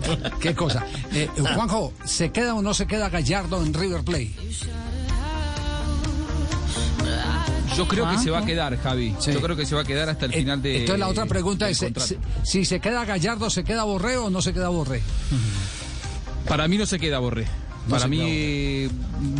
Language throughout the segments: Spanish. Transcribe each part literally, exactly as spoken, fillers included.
Qué cosa. Eh, Juanjo, ¿se queda o no se queda Gallardo en River Plate? Yo creo que se va a quedar, Javi. Sí. Yo creo que se va a quedar hasta el final de. Entonces la otra pregunta es, si, si se queda Gallardo, ¿se queda Borré o no se queda Borré? Para mí no se queda Borré. No Para mí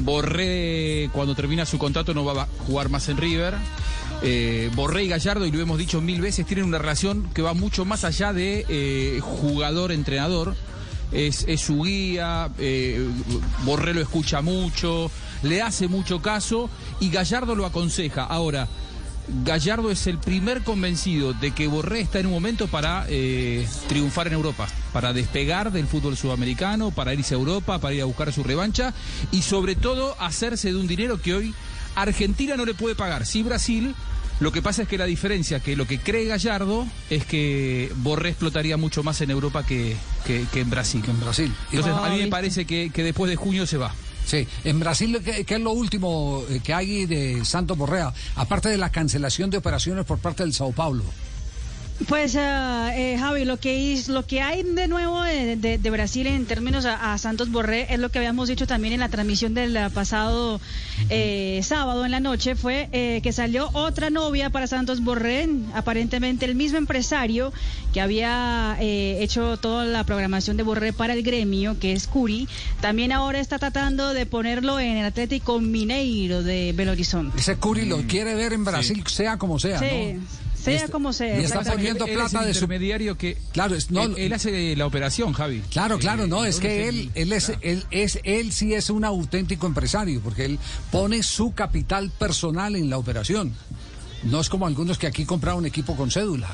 Borré, cuando termina su contrato, no va a jugar más en River. Eh, Borré y Gallardo, y lo hemos dicho mil veces, tienen una relación que va mucho más allá de eh, jugador-entrenador. Es, es su guía, eh, Borré lo escucha mucho, le hace mucho caso y Gallardo lo aconseja. Ahora, Gallardo es el primer convencido de que Borré está en un momento para eh, triunfar en Europa, para despegar del fútbol sudamericano, para irse a Europa, para ir a buscar su revancha y sobre todo hacerse de un dinero que hoy Argentina no le puede pagar. Sí, Brasil. Lo que pasa es que la diferencia, que lo que cree Gallardo, es que Borré explotaría mucho más en Europa que, que, que en Brasil. Que en Brasil. Entonces, oh, a mí me parece que, que después de junio se va. Sí, en Brasil, ¿qué, qué es lo último que hay de Santos Borré? Aparte de la cancelación de operaciones por parte del Sao Paulo. Pues, uh, eh, Javi, lo que, es, lo que hay de nuevo de, de, de Brasil en términos a, a Santos Borré es lo que habíamos dicho también en la transmisión del pasado eh, sábado en la noche, fue eh, que salió otra novia para Santos Borré, aparentemente el mismo empresario que había eh, hecho toda la programación de Borré para el gremio, que es Curi, también ahora está tratando de ponerlo en el Atlético Mineiro de Belo Horizonte. Ese Curi lo quiere ver en Brasil, sí. sea como sea, sí. ¿no? Sea está, como sea. Y está poniendo él, plata él es el de su intermediario que claro, es, no, él, él hace la operación, Javi. Claro, claro, no, es que él él es claro. él es él sí es un auténtico empresario porque él pone su capital personal en la operación. No es como algunos que aquí compraron equipo con cédula.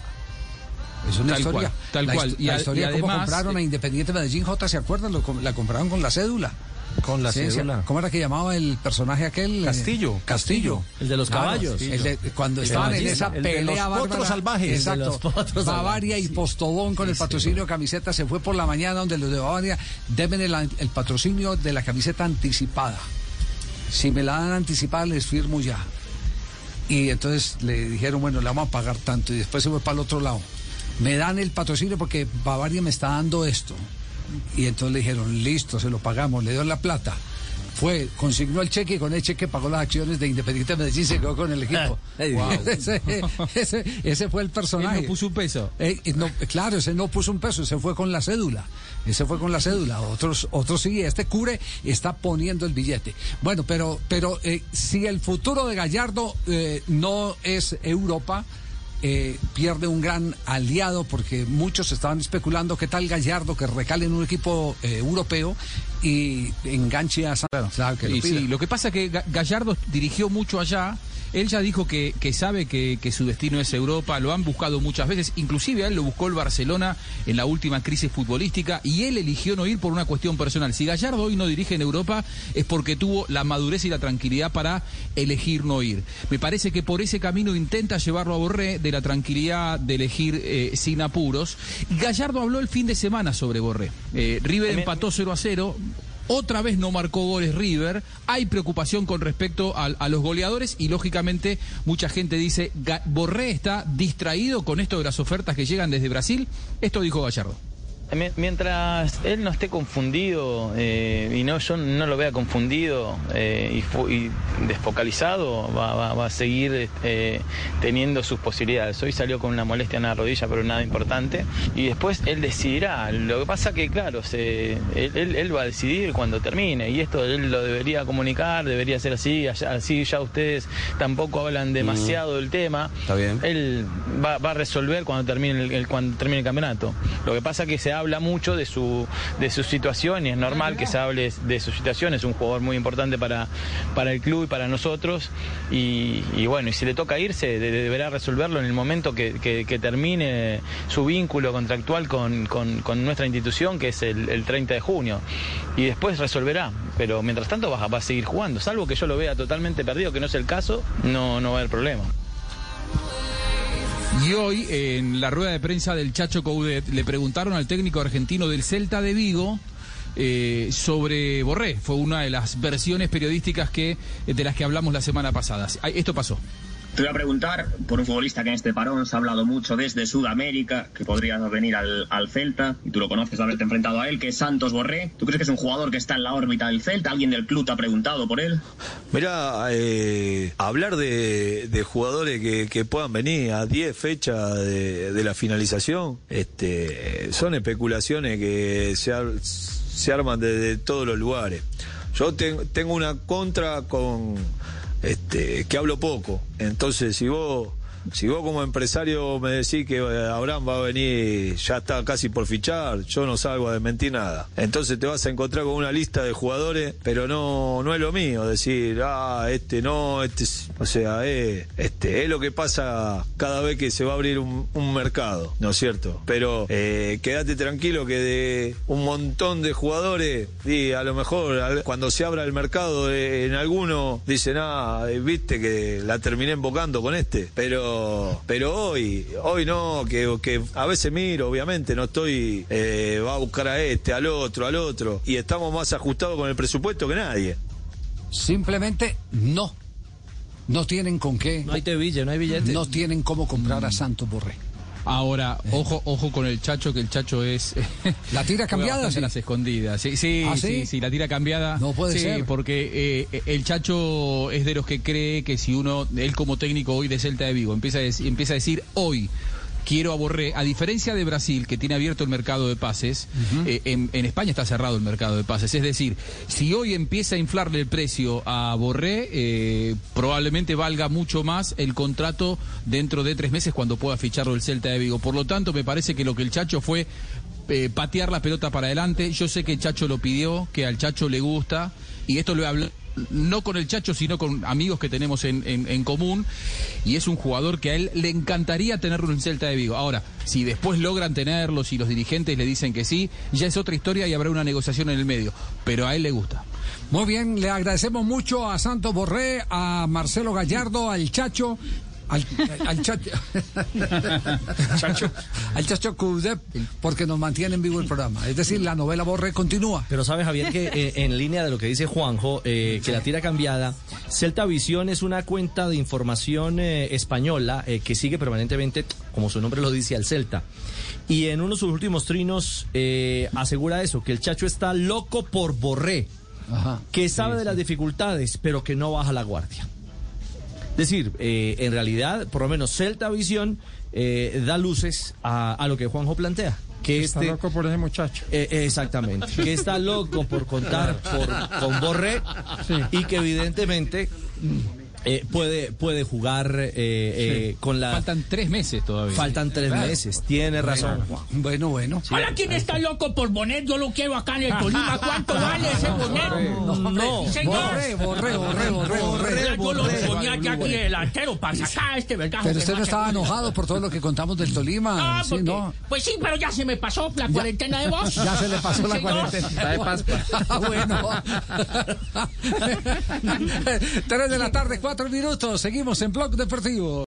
Es una tal historia. Cual, tal la, cual. La, la y historia y de cómo además, compraron a Independiente Medellín, J, ¿se acuerdan? Lo, la compraron con la cédula. Con la sí, cédula. ¿Cómo era que llamaba el personaje aquel? Castillo. Castillo. El de los caballos. Claro, el de, cuando el estaban de en esa el pelea de los bárbara. potros salvajes. Exacto. De los potros Bavaria salvajes. y Postobón con sí, el patrocinio de sí, camiseta. Se fue por la mañana donde los de Bavaria deben el, el patrocinio de la camiseta anticipada. Si me la dan anticipada, les firmo ya. Y entonces le dijeron, bueno, le vamos a pagar tanto. Y después se fue para el otro lado. Me dan el patrocinio porque Bavaria me está dando esto. Y entonces le dijeron, listo, se lo pagamos, le dio la plata. Fue, consignó el cheque y con el cheque pagó las acciones de Independiente Medellín y se quedó con el equipo. Wow. ese, ese, ese fue el personaje. Él no puso un peso. Eh, no, claro, ese no puso un peso, ese fue con la cédula. Ese fue con la cédula. Otros, otros sí, este Cure está poniendo el billete. Bueno, pero, pero eh, si el futuro de Gallardo eh, no es Europa, Eh, pierde un gran aliado porque muchos estaban especulando qué tal Gallardo que recale en un equipo eh, europeo y enganche a Santos. Claro, que lo y pida. sí, lo que pasa es que Gallardo dirigió mucho allá. Él ya dijo que, que sabe que, que su destino es Europa, lo han buscado muchas veces, inclusive a él lo buscó el Barcelona en la última crisis futbolística y él eligió no ir por una cuestión personal. Si Gallardo hoy no dirige en Europa es porque tuvo la madurez y la tranquilidad para elegir no ir. Me parece que por ese camino intenta llevarlo a Borré, de la tranquilidad de elegir eh, sin apuros. Y Gallardo habló el fin de semana sobre Borré. Eh, River empató cero a cero. Otra vez no marcó goles River, hay preocupación con respecto a, a los goleadores y lógicamente mucha gente dice, Borré está distraído con esto de las ofertas que llegan desde Brasil. Esto dijo Gallardo. Mientras él no esté confundido eh, y no yo no lo vea confundido eh, y, fu y desfocalizado, va, va, va a seguir eh, teniendo sus posibilidades. Hoy salió con una molestia en la rodilla, pero nada importante. Y después él decidirá. Lo que pasa que, claro, se, él, él, él va a decidir cuando termine. Y esto él lo debería comunicar, debería ser así. Así ya ustedes tampoco hablan demasiado mm. del tema. Está bien. Él va, va a resolver cuando termine el, el, cuando termine el campeonato. Lo que pasa que se habla mucho de su de su situación y es normal que se hable de su situación. Es un jugador muy importante para, para el club y para nosotros y, y bueno, y si le toca irse de, deberá resolverlo en el momento que, que, que termine su vínculo contractual con, con, con nuestra institución, que es el, el treinta de junio, y después resolverá, pero mientras tanto va, va a seguir jugando, salvo que yo lo vea totalmente perdido, que no es el caso, no, no va a haber problema. Y hoy, en la rueda de prensa del Chacho Coudet, le preguntaron al técnico argentino del Celta de Vigo eh, sobre Borré. Fue una de las versiones periodísticas que de las que hablamos la semana pasada. Esto pasó. Te voy a preguntar por un futbolista que en este parón se ha hablado mucho desde Sudamérica, que podría venir al, al Celta, y tú lo conoces de haberte enfrentado a él, que es Santos Borré. ¿Tú crees que es un jugador que está en la órbita del Celta? ¿Alguien del club te ha preguntado por él? Mira, eh, hablar de, de jugadores que, que puedan venir a diez fechas de, de la finalización, este, son especulaciones que se, ar, se arman desde todos los lugares. Yo te, tengo una contra con... Este, que hablo poco, entonces si vos si vos como empresario me decís que Abraham va a venir, ya está casi por fichar, yo no salgo a desmentir nada. Entonces te vas a encontrar con una lista de jugadores, pero no no es lo mío decir, ah, este no, este, o sea, eh, este es lo que pasa cada vez que se va a abrir un, un mercado, ¿no es cierto? Pero eh, quédate tranquilo que de un montón de jugadores, y a lo mejor cuando se abra el mercado eh, en alguno dicen, ah, viste que la terminé embocando con este, pero pero hoy, hoy no, que, que a veces miro, obviamente, no estoy, eh, va a buscar a este, al otro, al otro, y estamos más ajustados con el presupuesto que nadie. Simplemente no. No tienen con qué. No hay tevilla, no hay billete. No tienen cómo comprar a Santos Borré. Ahora, eh. ojo, ojo con el Chacho, que el Chacho es... ¿La tira cambiada? Sí. Las escondidas. Sí, sí, ¿Ah, sí, sí? sí, la tira cambiada. No puede sí, ser. Sí, porque eh, el Chacho es de los que cree que si uno, él como técnico hoy de Celta de Vigo, empieza a, decir, empieza a decir hoy... quiero a Borré, a diferencia de Brasil, que tiene abierto el mercado de pases, uh-huh. eh, en, en España está cerrado el mercado de pases. Es decir, si hoy empieza a inflarle el precio a Borré, eh, probablemente valga mucho más el contrato dentro de tres meses cuando pueda ficharlo el Celta de Vigo. Por lo tanto, me parece que lo que el Chacho fue eh, patear la pelota para adelante. Yo sé que el Chacho lo pidió, que al Chacho le gusta, y esto lo he hablado no con el Chacho, sino con amigos que tenemos en, en, en común, y es un jugador que a él le encantaría tenerlo en Celta de Vigo. Ahora, si después logran tenerlo, si los dirigentes le dicen que sí, ya es otra historia y habrá una negociación en el medio, pero a él le gusta. Muy bien, le agradecemos mucho a Santos Borré, a Marcelo Gallardo, al Chacho, al, al Chacho, Chacho. al Chacho Cudep, porque nos mantienen vivo el programa. Es decir, la novela Borré continúa. Pero sabes, Javier, que eh, en línea de lo que dice Juanjo, eh, que la tira cambiada, Celta Visión es una cuenta de información eh, española eh, que sigue permanentemente, como su nombre lo dice, al Celta. Y en uno de sus últimos trinos eh, asegura eso, que el Chacho está loco por Borré, Ajá, que sabe sí, de sí. las dificultades, pero que no baja la guardia. Es decir, eh, en realidad, por lo menos Celta Visión eh, da luces a, a lo que Juanjo plantea. Que está este, loco por ese muchacho. Eh, eh, exactamente. Que está loco por contar por, con Borré, sí. Y que evidentemente... Eh, puede puede jugar eh, eh, sí. con la... Faltan tres meses todavía. Faltan tres claro. meses, tiene razón. Bueno, bueno. Sí. Hola, ¿quién está loco por Bonet? Yo lo quiero acá en el Tolima. ¿Cuánto vale ese Bonet? No, no. no. Borré, borré, borré, borré, borré. Yo lo ponía ya aquí delantero para sacar este vergajo. Pero usted no estaba enojado por todo lo que contamos del Tolima. Ah, sí, ¿no? Pues sí, pero ya se me pasó la cuarentena de voz. Ya se le pasó la cuarentena. Está de Pascua. Bueno. Tres de la tarde, cuatro minutos. Seguimos en Blog Deportivo.